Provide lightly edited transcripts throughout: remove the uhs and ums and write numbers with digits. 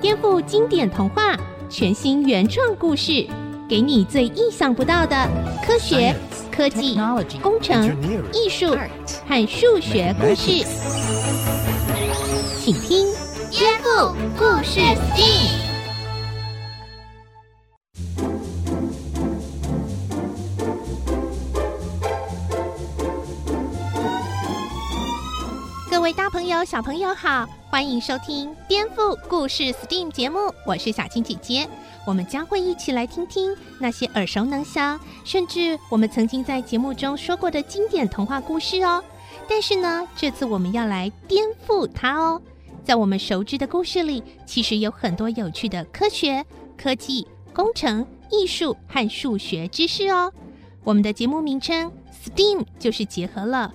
颠覆经典童话，全新原创故事，给你最意想不到的科学、科技、工程、艺术和数学故事。请听《颠覆故事 STEAM》。各位大朋友、小朋友好，欢迎收听《颠覆故事 STEAM》节目，我是小青姐姐。我们将会一起来听听那些耳熟能详，甚至我们曾经在节目中说过的经典童话故事哦。但是呢，这次我们要来颠覆它哦。在我们熟知的故事里，其实有很多有趣的科学、科技、工程、艺术和数学知识哦。我们的节目名称 STEAM 就是结合了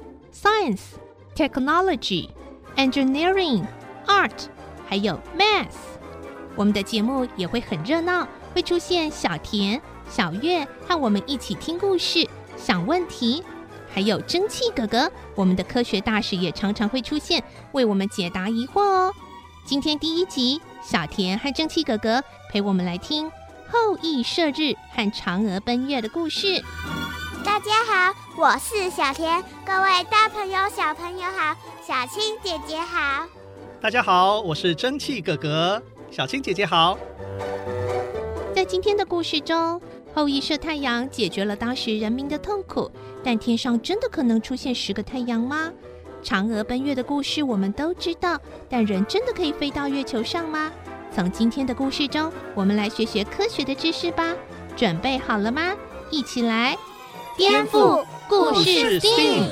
Science、Technology、Engineering、Art 还有 Math。我们的节目也会很热闹，会出现小田、小月和我们一起听故事、想问题，还有蒸汽哥哥，我们的科学大使也常常会出现，为我们解答疑惑哦。今天第一集，小田和蒸汽哥哥陪我们来听后羿射日和嫦娥奔月的故事。 大家好，我是小田，各位大朋友、小朋友好，小青姐姐好。 大家好，我是蒸汽哥哥，小青姐姐好。 在今天的故事中，后羿射太阳解决了当时人民的痛苦，但天上真的可能出现10个太阳吗？嫦娥奔月的故事我们都知道，但人真的可以飞到月球上吗？从今天的故事中，我们来学学科学的知识吧。准备好了吗？一起来颠覆故事 STEAM。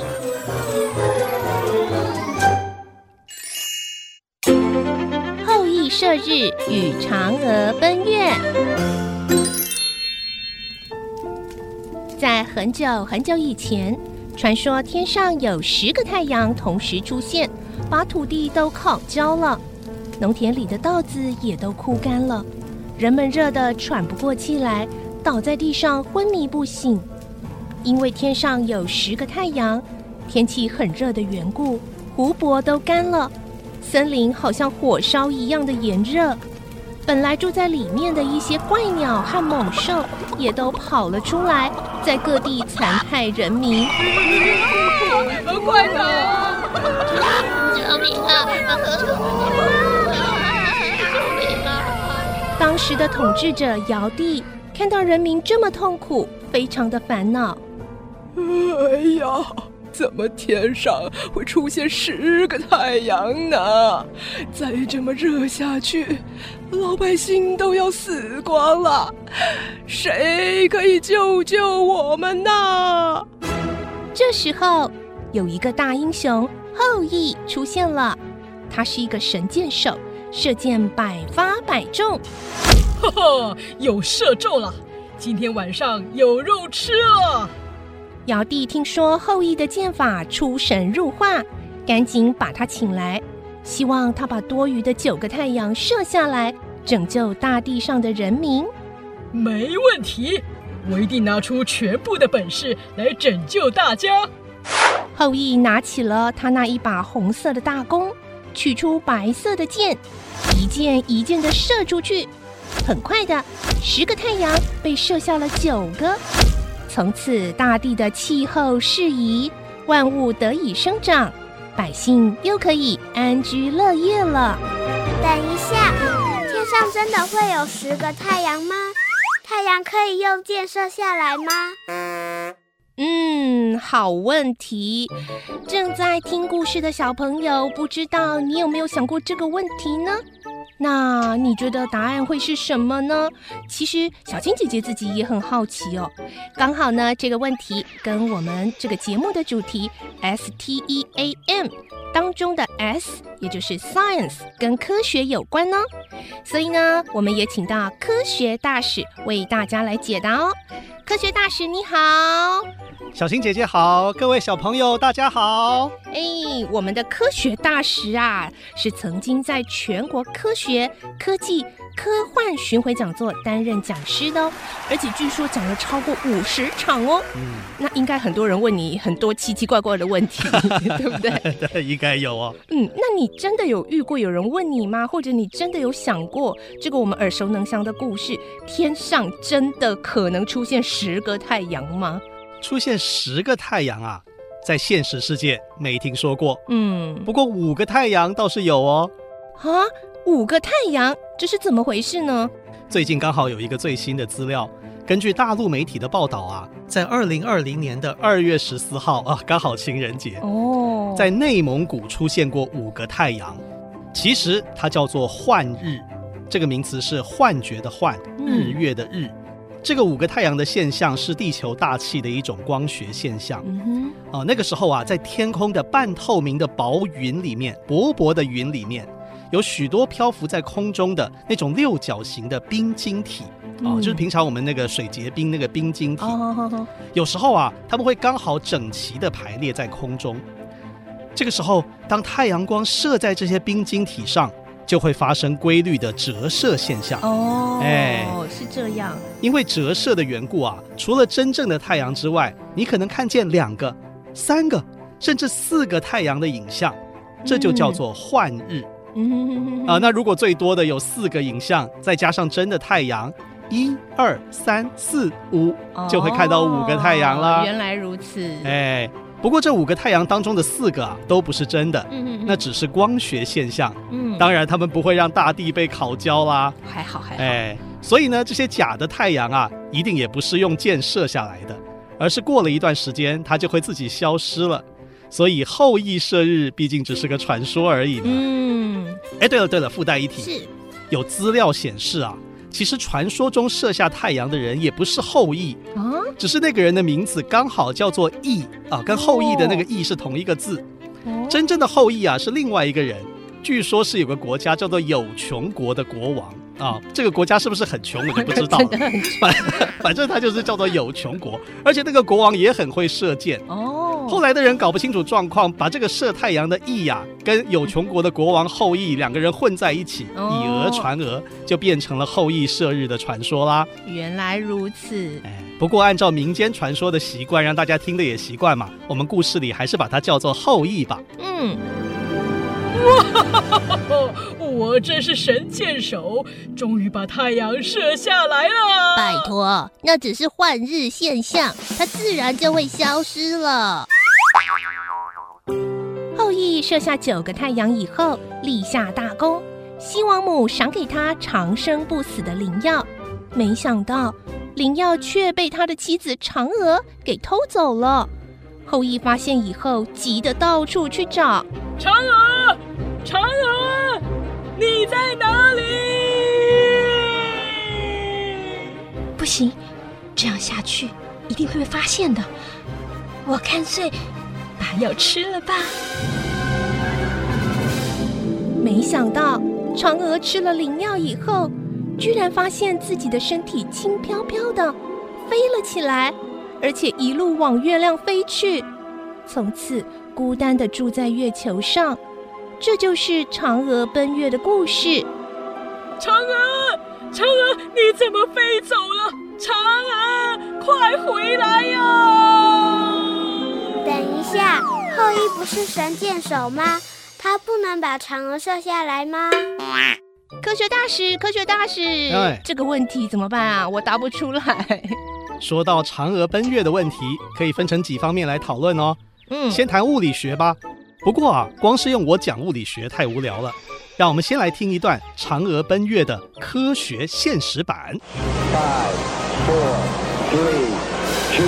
后羿射日与嫦娥奔月。在很久很久以前，传说天上有10个太阳同时出现，把土地都烤焦了，农田里的稻子也都枯干了，人们热得喘不过气来，倒在地上昏迷不醒。因为天上有10个太阳，天气很热的缘故，湖泊都干了，森林好像火烧一样的炎热。本来住在里面的一些怪鸟和猛兽也都跑了出来，在各地残害人民。 快跑！ 救命啊！ 当时的统治者尧帝看到人民这么痛苦，非常的烦恼。 哎呀，怎么天上会出现10个太阳呢？再这么热下去，老百姓都要死光了，谁可以救救我们呢？ 这时候有一个大英雄后羿出现了，他是一个神箭手，射箭百发百中。 哈哈，有射中了，今天晚上有肉吃了。 尧帝听说后羿的箭法出神入化，赶紧把他请来，希望他把多余的9个太阳射下来，拯救大地上的人民。 没问题，我一定拿出全部的本事来拯救大家。 后羿拿起了他那一把红色的大弓，取出白色的箭，一箭一箭地射出去。很快的，10个太阳被射下了9个。从此大地的气候适宜，万物得以生长，百姓又可以安居乐业了。 等一下，天上真的会有10个太阳吗？太阳可以用箭射下来吗？ 好问题。正在听故事的小朋友，不知道你有没有想过这个问题呢？那你觉得答案会是什么呢？其实小青姐姐自己也很好奇哦。刚好呢，这个问题跟我们这个节目的主题 STEAM 当中的 S， 也就是 Science 跟科学有关哦。所以呢，我们也请到科学大使为大家来解答哦。科学大使你好。 小新姐姐好，各位小朋友大家好。 我们的科学大使啊，是曾经在全国科学、科技、科幻巡回讲座担任讲师的哦，而且据说讲了超过50场哦。那应该很多人问你很多奇奇怪怪的问题，对不对？ 对，应该有哦。 那你真的有遇过有人问你吗？或者你真的有想过这个我们耳熟能详的故事，天上真的可能出现10个太阳吗？ 出现10个太阳啊，在现实世界没听说过。不过5个太阳倒是有哦。 啊，5个太阳，这是怎么回事呢？ 最近刚好有一个最新的资料，根据大陆媒体的报道啊，在2020年的2月14号啊，刚好情人节哦，在内蒙古出现过5个太阳。其实它叫做幻日，这个名词是幻觉的幻，日月的日。这个5个太阳的现象是地球大气的一种光学现象。那个时候啊，在天空的半透明的薄云里面，薄薄的云里面，有许多漂浮在空中的那种6角形的冰晶体。就是平常我们那个水结冰那个冰晶体。有时候啊，它们会刚好整齐的排列在空中。这个时候，当太阳光射在这些冰晶体上，就会发生规律的折射现象。 是这样。 因为折射的缘故啊，除了真正的太阳之外，你可能看见2个、3个，甚至4个太阳的影像，这就叫做幻日。那如果最多的有4个影像，再加上真的太阳，1、2、3、4、5，就会看到5个太阳了。 原来如此。 不过这5个太阳当中的4个啊，都不是真的，那只是光学现象。当然他们不会让大地被烤焦啦。还好。所以呢，这些假的太阳啊，一定也不是用箭射下来的，而是过了一段时间，它就会自己消失了。所以后羿射日毕竟只是个传说而已呢。对了，附带一提，是有资料显示啊，其实传说中射下太阳的人也不是后羿，只是那个人的名字刚好叫做羿啊，跟后羿的那个羿是同一个字。真正的后羿啊是另外一个人，据说是有个国家叫做有穷国的国王啊，这个国家是不是很穷我就不知道了。反正他就是叫做有穷国，而且那个国王也很会射箭。后来的人搞不清楚状况，把这个射太阳的羿啊，跟有穷国的国王后羿2个人混在一起，以讹传讹，就变成了后羿射日的传说啦。 原来如此。 不过按照民间传说的习惯，让大家听的也习惯嘛，我们故事里还是把它叫做后羿吧。 哇，我真是神箭手，终于把太阳射下来了。 拜托，那只是幻日现象，它自然就会消失了。 后羿射下9个太阳以后，立下大功，西王母赏给他长生不死的灵药，没想到灵药却被他的妻子嫦娥给偷走了。后羿发现以后，急得到处去找嫦娥，嫦娥，你在哪里？ 不行，这样下去一定会被发现的。我干脆把药吃了吧。 没想到嫦娥吃了灵药以后，居然发现自己的身体轻飘飘的飞了起来，而且一路往月亮飞去，从此孤单地住在月球上。这就是嫦娥奔月的故事。 嫦娥，嫦娥，你怎么飞走了？嫦娥，快回来呀！ 等一下，后羿不是神箭手吗？他不能把嫦娥射下来吗？ 科学大使，这个问题怎么办啊？我答不出来。 说到嫦娥奔月的问题，可以分成几方面来讨论哦。先谈物理学吧。不过啊，光是用我讲物理学太无聊了，让我们先来听一段嫦娥奔月的科学现实版。5, 4, 3,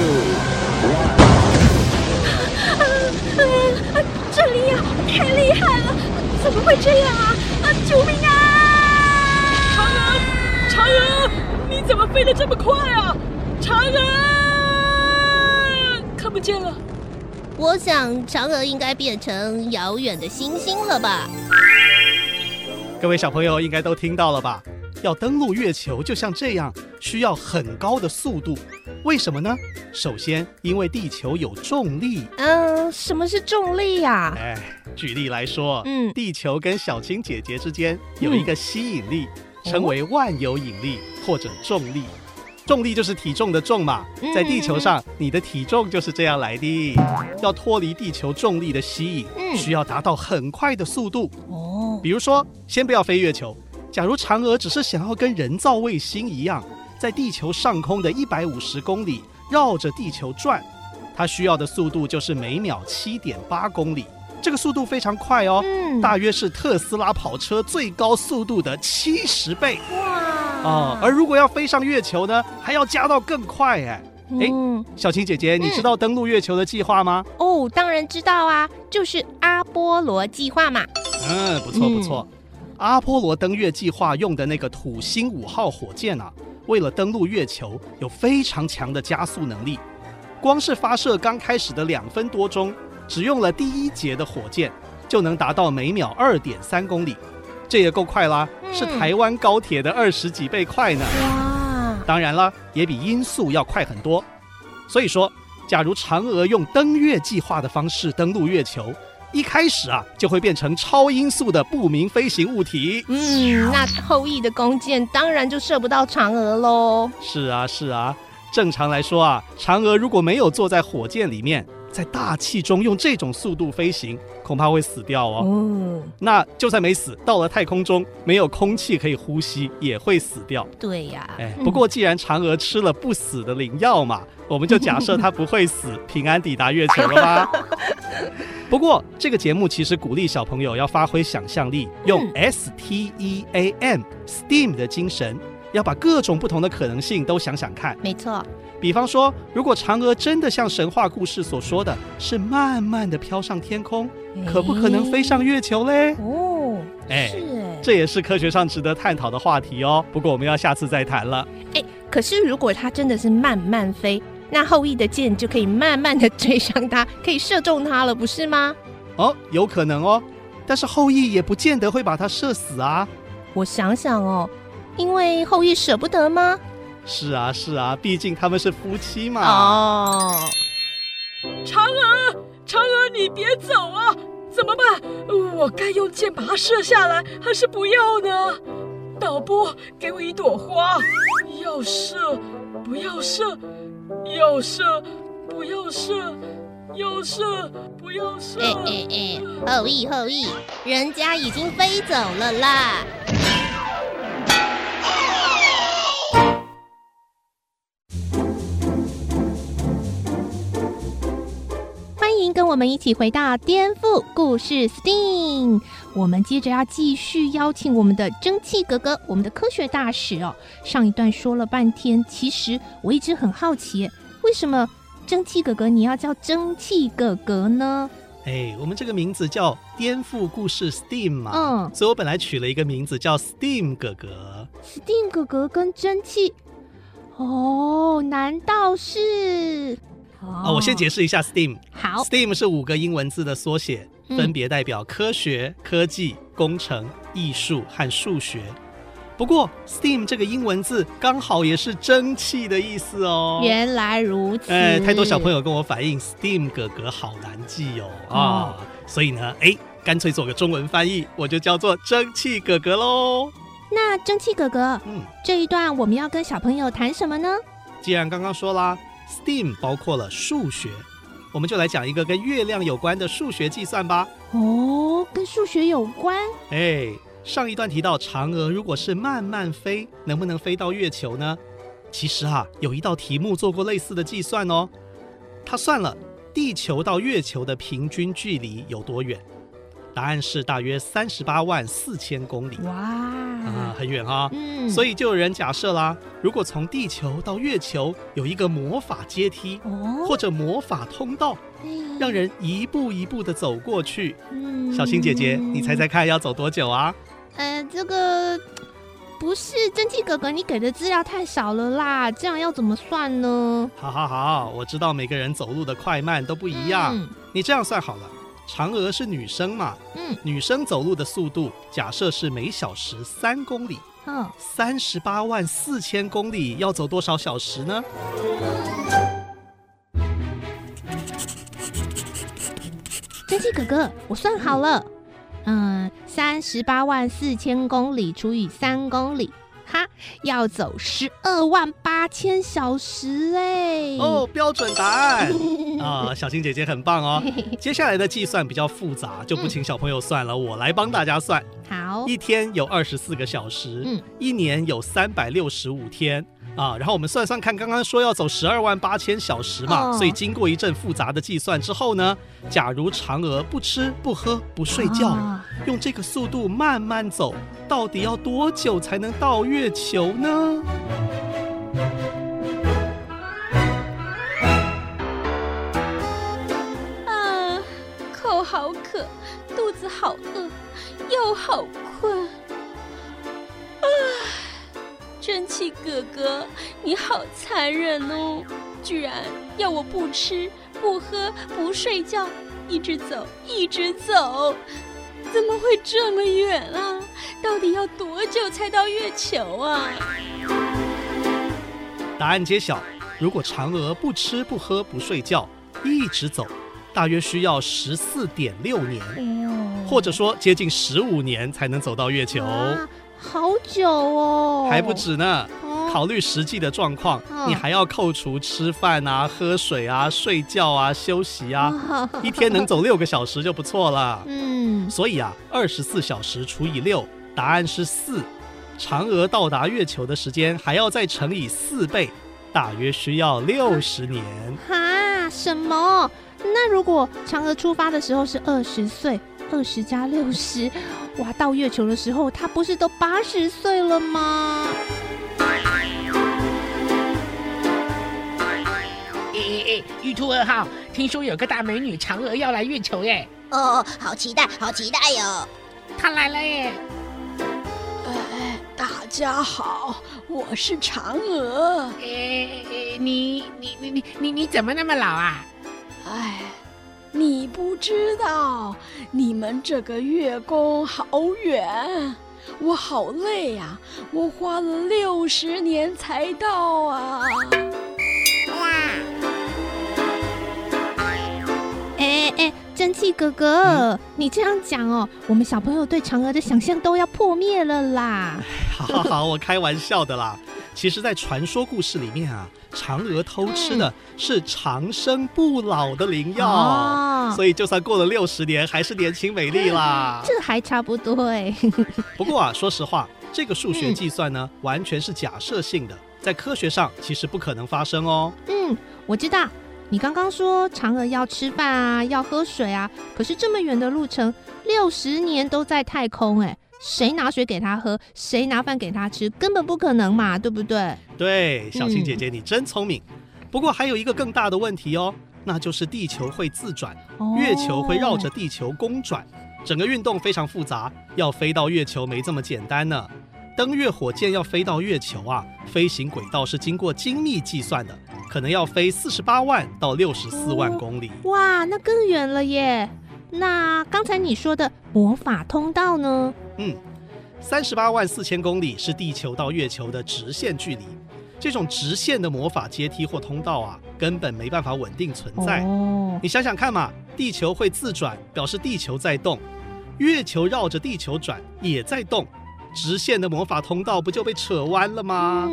2, 1这里呀，太厉害了！怎么会这样啊？救命啊！ 嫦娥，你怎么飞得这么快啊？嫦娥，看不见了。 我想嫦娥应该变成遥远的星星了吧。 各位小朋友应该都听到了吧？要登陆月球就像这样， 需要很高的速度。为什么呢？首先，因为地球有重力。 什么是重力呀？ 举例来说，地球跟小青姐姐之间有一个吸引力，称为万有引力或者重力。重力就是体重的重嘛，在地球上，你的体重就是这样来的。要脱离地球重力的吸引，需要达到很快的速度。比如说，先不要飞月球，假如嫦娥只是想要跟人造卫星一样，在地球上空的150公里绕着地球转，它需要的速度就是每秒7.8公里。这个速度非常快哦，大约是特斯拉跑车最高速度的70倍。而如果要飞上月球呢，还要加到更快。小青姐姐，你知道登陆月球的计划吗？ 当然知道啊，就是阿波罗计划嘛。 不错不错。阿波罗登月计划用的那个土星5号火箭啊，为了登陆月球有非常强的加速能力。光是发射刚开始的2分多钟，只用了第1节的火箭，就能达到每秒2.3公里。这也够快啦，是台湾高铁的20几倍快呢。当然了，也比音速要快很多。所以说，假如嫦娥用登月计划的方式登陆月球，一开始就会变成超音速的不明飞行物体。 那后羿的弓箭当然就射不到嫦娥喽。是啊，正常来说嫦娥如果没有坐在火箭里面，在大气中用这种速度飞行，恐怕会死掉哦。那就算没死，到了太空中没有空气可以呼吸，也会死掉。 对呀。 不过既然嫦娥吃了不死的灵药嘛，我们就假设她不会死，平安抵达月球了吧。不过这个节目其实鼓励小朋友要发挥想象力，用 STEAM 的精神，要把各种不同的可能性都想想看。 没错。 比方说，如果嫦娥真的像神话故事所说的是慢慢的飘上天空，可不可能飞上月球嘞？这也是科学上值得探讨的话题哦。不过我们要下次再谈了。 可是如果它真的是慢慢飞，那后羿的箭就可以慢慢的追上它，可以射中它了，不是吗？ 有可能哦。但是后羿也不见得会把它射死啊。 我想想因为后羿舍不得吗？ 是啊，毕竟他们是夫妻嘛。 嫦娥，你别走啊！怎么办？我该用箭把它射下来，还是不要呢？导播，给我一朵花。要射，不要射；要射，不要射；要射，不要射。 后羿，人家已经飞走了啦。 欢迎跟我们一起回到颠覆故事 STEAM， 我们接着要继续邀请我们的蒸汽哥哥，我们的科学大使上一段说了半天，其实我一直很好奇，为什么蒸汽哥哥你要叫蒸汽哥哥呢？ 我们这个名字叫颠覆故事 STEAM 嘛，所以我本来取了一个名字叫 STEAM 哥哥。 STEAM 哥哥跟蒸汽，难道是？ 我先解释一下 STEAM。 好， STEAM 是5个英文字的缩写，分别代表科学、科技、工程、艺术和数学。不过 STEAM 这个英文字刚好也是蒸汽的意思哦。 原来如此。 太多小朋友跟我反映 STEAM 哥哥好难记哦。所以呢，干脆做个中文翻译，我就叫做蒸汽哥哥咯。 那蒸汽哥哥，这一段我们要跟小朋友谈什么呢？ 既然刚刚说啦，STEAM 包括了数学，我们就来讲一个跟月亮有关的数学计算吧。 跟数学有关？ 上一段提到嫦娥如果是慢慢飞，能不能飞到月球呢？其实有一道题目做过类似的计算哦。他算了地球到月球的平均距离有多远，答案是大约384000公里。 哇， 很远所以就有人假设啦，如果从地球到月球有一个魔法阶梯，或者魔法通道，让人一步一步的走过去。小青姐姐，你猜猜看要走多久啊？ 这个不是，蒸汽哥哥，你给的资料太少了啦，这样要怎么算呢？ 好，我知道每个人走路的快慢都不一样。你这样算好了， 嫦娥是女生嘛，女生走路的速度假设是每小时3公里，38万4千公里要走多少小时呢？ 真气哥哥，我算好了，38万4千公里除以3公里，要走12万8千小时哎！ 哦，标准答案小青姐姐很棒哦。接下来的计算比较复杂，就不请小朋友算了，我来帮大家算。 好， 一天有24个小时，一年有365天然后我们算算看，刚刚说要走12万8千小时嘛，所以经过一阵复杂的计算之后呢，假如嫦娥不吃不喝不睡觉，用这个速度慢慢走，到底要多久才能到月球呢？ 口好渴，肚子好饿，又好困。真气哥哥，你好残忍哦！居然要我不吃不喝不睡觉，一直走一直走，怎么会这么远啊？到底要多久才到月球啊？ 答案揭晓，如果嫦娥不吃不喝不睡觉，一直走，大约需要14.6年，或者说接近15年才能走到月球。 好久哦， 还不止呢。考虑实际的状况，你还要扣除吃饭啊、喝水啊、睡觉啊、休息啊，一天能走6个小时就不错了。所以24小时除以6，答案是4。嫦娥到达月球的时间还要再乘以4倍，大约需要60年。 什么？那如果嫦娥出发的时候是20岁，20加60，哇，到月球的时候她不是都80岁了吗？ 玉兔2号，听说有个大美女嫦娥要来月球耶！ 好期待，好期待哟！ 她来了耶！ 大家好，我是嫦娥。 你怎么那么老啊？ 你不知道，你们这个月宫好远，我好累啊，我花了60年才到啊！ 真气哥哥，你这样讲我们小朋友对嫦娥的想象都要破灭了啦！ 好，我开玩笑的啦。其实在传说故事里面嫦娥偷吃的是长生不老的灵药，所以就算过了60年还是年轻美丽啦。 这还差不多不过说实话，这个数学计算呢，完全是假设性的，在科学上其实不可能发生哦。 我知道。你刚刚说嫦娥要吃饭啊，要喝水啊，可是这么远的路程，60年都在太空谁拿水给他喝，谁拿饭给他吃，根本不可能嘛，对不对？ 对，小青姐姐你真聪明。不过还有一个更大的问题那就是地球会自转，月球会绕着地球公转，整个运动非常复杂，要飞到月球没这么简单呢。登月火箭要飞到月球飞行轨道是经过精密计算的，可能要飞48万到64万公里。 哇，那更远了耶！那刚才你说的魔法通道呢 ？38万4千公里是地球到月球的直线距离。这种直线的魔法阶梯或通道根本没办法稳定存在。你想想看嘛，地球会自转，表示地球在动；月球绕着地球转，也在动。直线的魔法通道不就被扯弯了吗？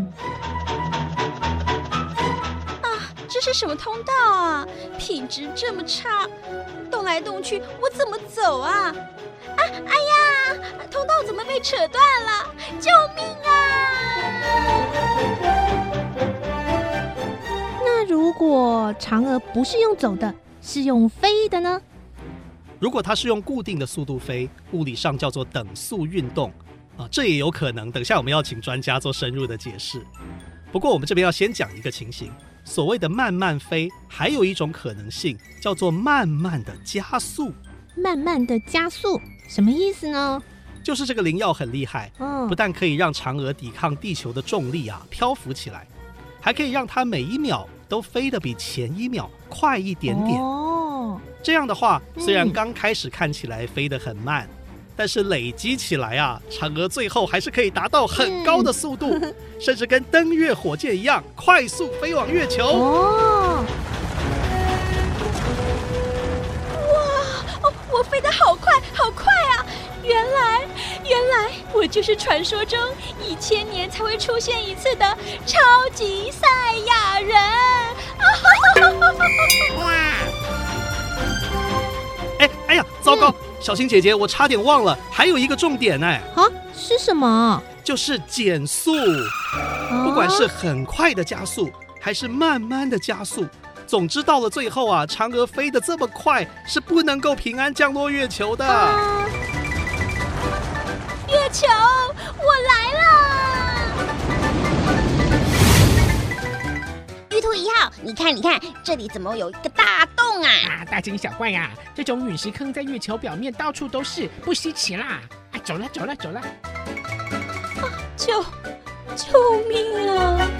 这是什么通道啊？品质这么差，动来动去，我怎么走啊？哎呀，通道怎么被扯断了？救命啊！ 那如果嫦娥不是用走的，是用飞的呢？ 如果它是用固定的速度飞，物理上叫做等速运动这也有可能。等下我们要请专家做深入的解释。不过我们这边要先讲一个情形，所谓的慢慢飞，还有一种可能性叫做慢慢的加速。 慢慢的加速什么意思呢？ 就是这个灵药很厉害，不但可以让嫦娥抵抗地球的重力漂浮起来，还可以让它每一秒都飞得比前一秒快一点点。 这样的话，虽然刚开始看起来飞得很慢，但是累积起来啊，嫦娥最后还是可以达到很高的速度，甚至跟登月火箭一样快速飞往月球。 哇，我飞得好快好快啊！原来我就是传说中1000年才会出现一次的超级赛亚人。 哎呀，糟糕！小青姐姐，我差点忘了，还有一个重点哎。 是什么？ 就是减速。不管是很快的加速，还是慢慢的加速，总之到了最后啊，嫦娥飞得这么快，是不能够平安降落月球的。 月球，我来了！ 玉兔1号，你看，这里怎么有一个大洞啊？ 大惊小怪啊！这种陨石坑在月球表面到处都是，不稀奇啦！走了！ 救命啊！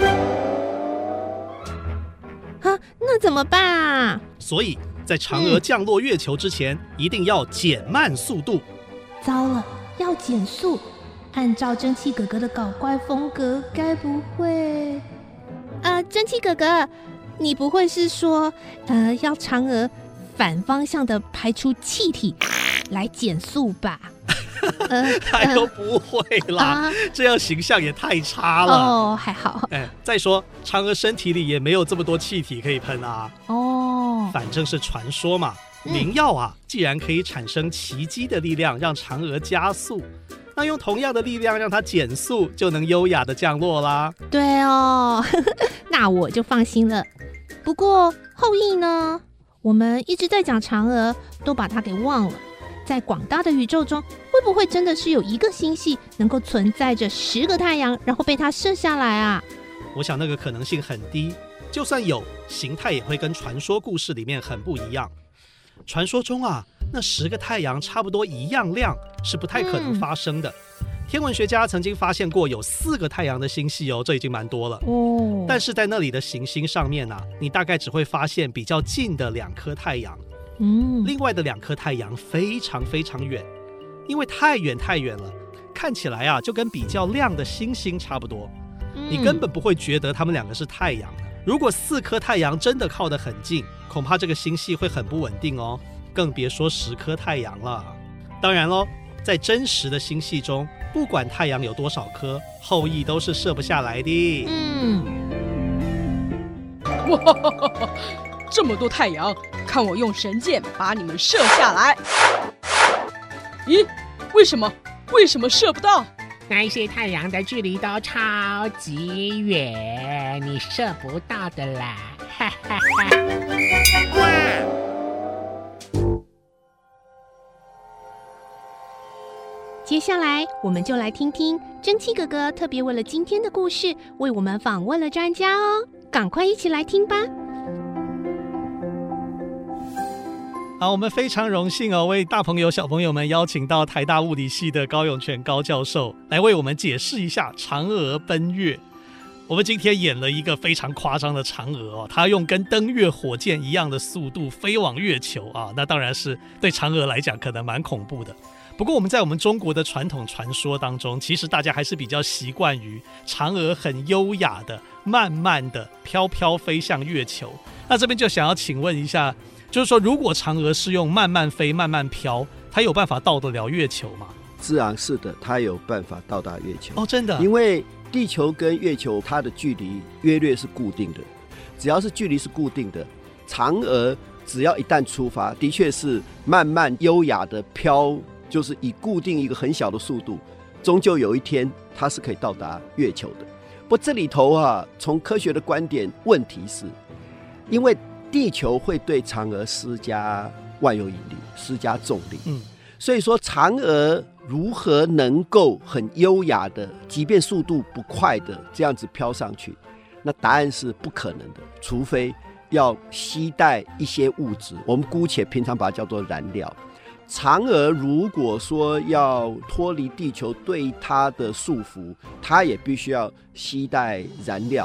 那怎么办啊？ 所以在嫦娥降落月球之前，一定要减慢速度。 糟了，要减速。按照蒸汽哥哥的搞怪风格，该不会……蒸汽哥哥，你不会是说，要嫦娥反方向的排出气体来减速吧？ 还都不会啦，这样形象也太差了。 还好。 再说嫦娥身体里也没有这么多气体可以喷啊。反正是传说嘛。灵药啊，既然可以产生奇迹的力量，让嫦娥加速，那用同样的力量让它减速，就能优雅的降落啦。 对哦，那我就放心了。不过后羿呢？我们一直在讲嫦娥，都把它给忘了。在广大的宇宙中，会不会真的是有一个星系能够存在着10个太阳，然后被它射下来啊？ 我想那个可能性很低，就算有，形态也会跟传说故事里面很不一样。传说中啊，那10个太阳差不多一样亮，是不太可能发生的。天文学家曾经发现过有4个太阳的星系哦，这已经蛮多了。但是在那里的行星上面啊，你大概只会发现比较近的2颗太阳。另外的2颗太阳非常非常远，因为太远了，看起来啊就跟比较亮的星星差不多，你根本不会觉得它们2个是太阳。如果4颗太阳真的靠得很近，恐怕这个星系会很不稳定哦，更别说10颗太阳了。当然咯，在真实的星系中，不管太阳有多少颗，后羿都是射不下来的。 哇，这么多太阳，看我用神箭把你们射下来。咦，为什么射不到？ 那一些太阳的距离都超级远，你射不到的啦！哈哈哈！ 接下来我们就来听听蒸汽哥哥特别为了今天的故事，为我们访问了专家哦，赶快一起来听吧。 好，我们非常荣幸哦，为大朋友小朋友们邀请到台大物理系的高永全高教授来为我们解释一下嫦娥奔月。我们今天演了一个非常夸张的嫦娥哦，她用跟登月火箭一样的速度飞往月球啊，那当然是对嫦娥来讲可能蛮恐怖的。不过我们在我们中国的传统传说当中，其实大家还是比较习惯于嫦娥很优雅的慢慢的飘飘飞向月球。那这边就想要请问一下，就是说如果嫦娥是用慢慢飞慢慢飘，它有办法到得了月球吗？ 自然是的，它有办法到达月球。 真的？ 因为地球跟月球它的距离约略是固定的，只要是距离是固定的，嫦娥只要一旦出发，的确是慢慢优雅的飘，就是以固定一个很小的速度，终究有一天它是可以到达月球的。不过这里头啊，从科学的观点，问题是因为地球会对嫦娥施加万有引力，施加重力，所以说嫦娥如何能够很优雅的，即便速度不快的这样子飘上去，那答案是不可能的，除非要携带一些物质，我们姑且平常把它叫做燃料。嫦娥如果说要脱离地球对它的束缚，它也必须要携带燃料。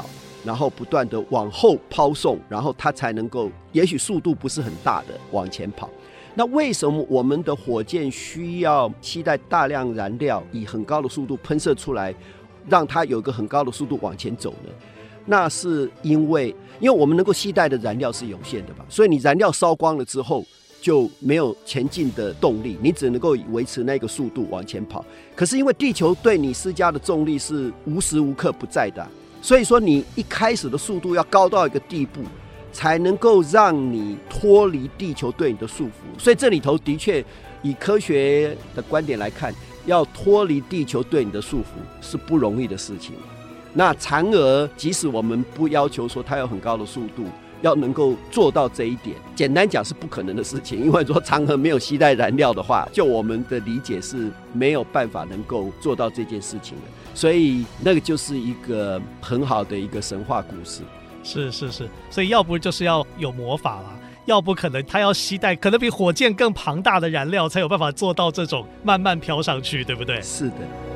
然后不断的往后抛送，然后它才能够，也许速度不是很大的往前跑。那为什么我们的火箭需要携带大量燃料，以很高的速度喷射出来，让它有一个很高的速度往前走呢？那是因为我们能够携带的燃料是有限的吧，所以你燃料烧光了之后就没有前进的动力，你只能够维持那个速度往前跑。可是因为地球对你施加的重力是无时无刻不在的，所以说你一开始的速度要高到一个地步，才能够让你脱离地球对你的束缚。所以这里头的确以科学的观点来看，要脱离地球对你的束缚是不容易的事情。那嫦娥即使我们不要求说它有很高的速度，要能够做到这一点，简单讲是不可能的事情。因为说嫦娥没有携带燃料的话，就我们的理解是没有办法能够做到这件事情的。所以那个就是一个很好的一个神话故事。 是，所以要不就是要有魔法啦，要不可能他要携带可能比火箭更庞大的燃料，才有办法做到这种慢慢飘上去，对不对？ 是的。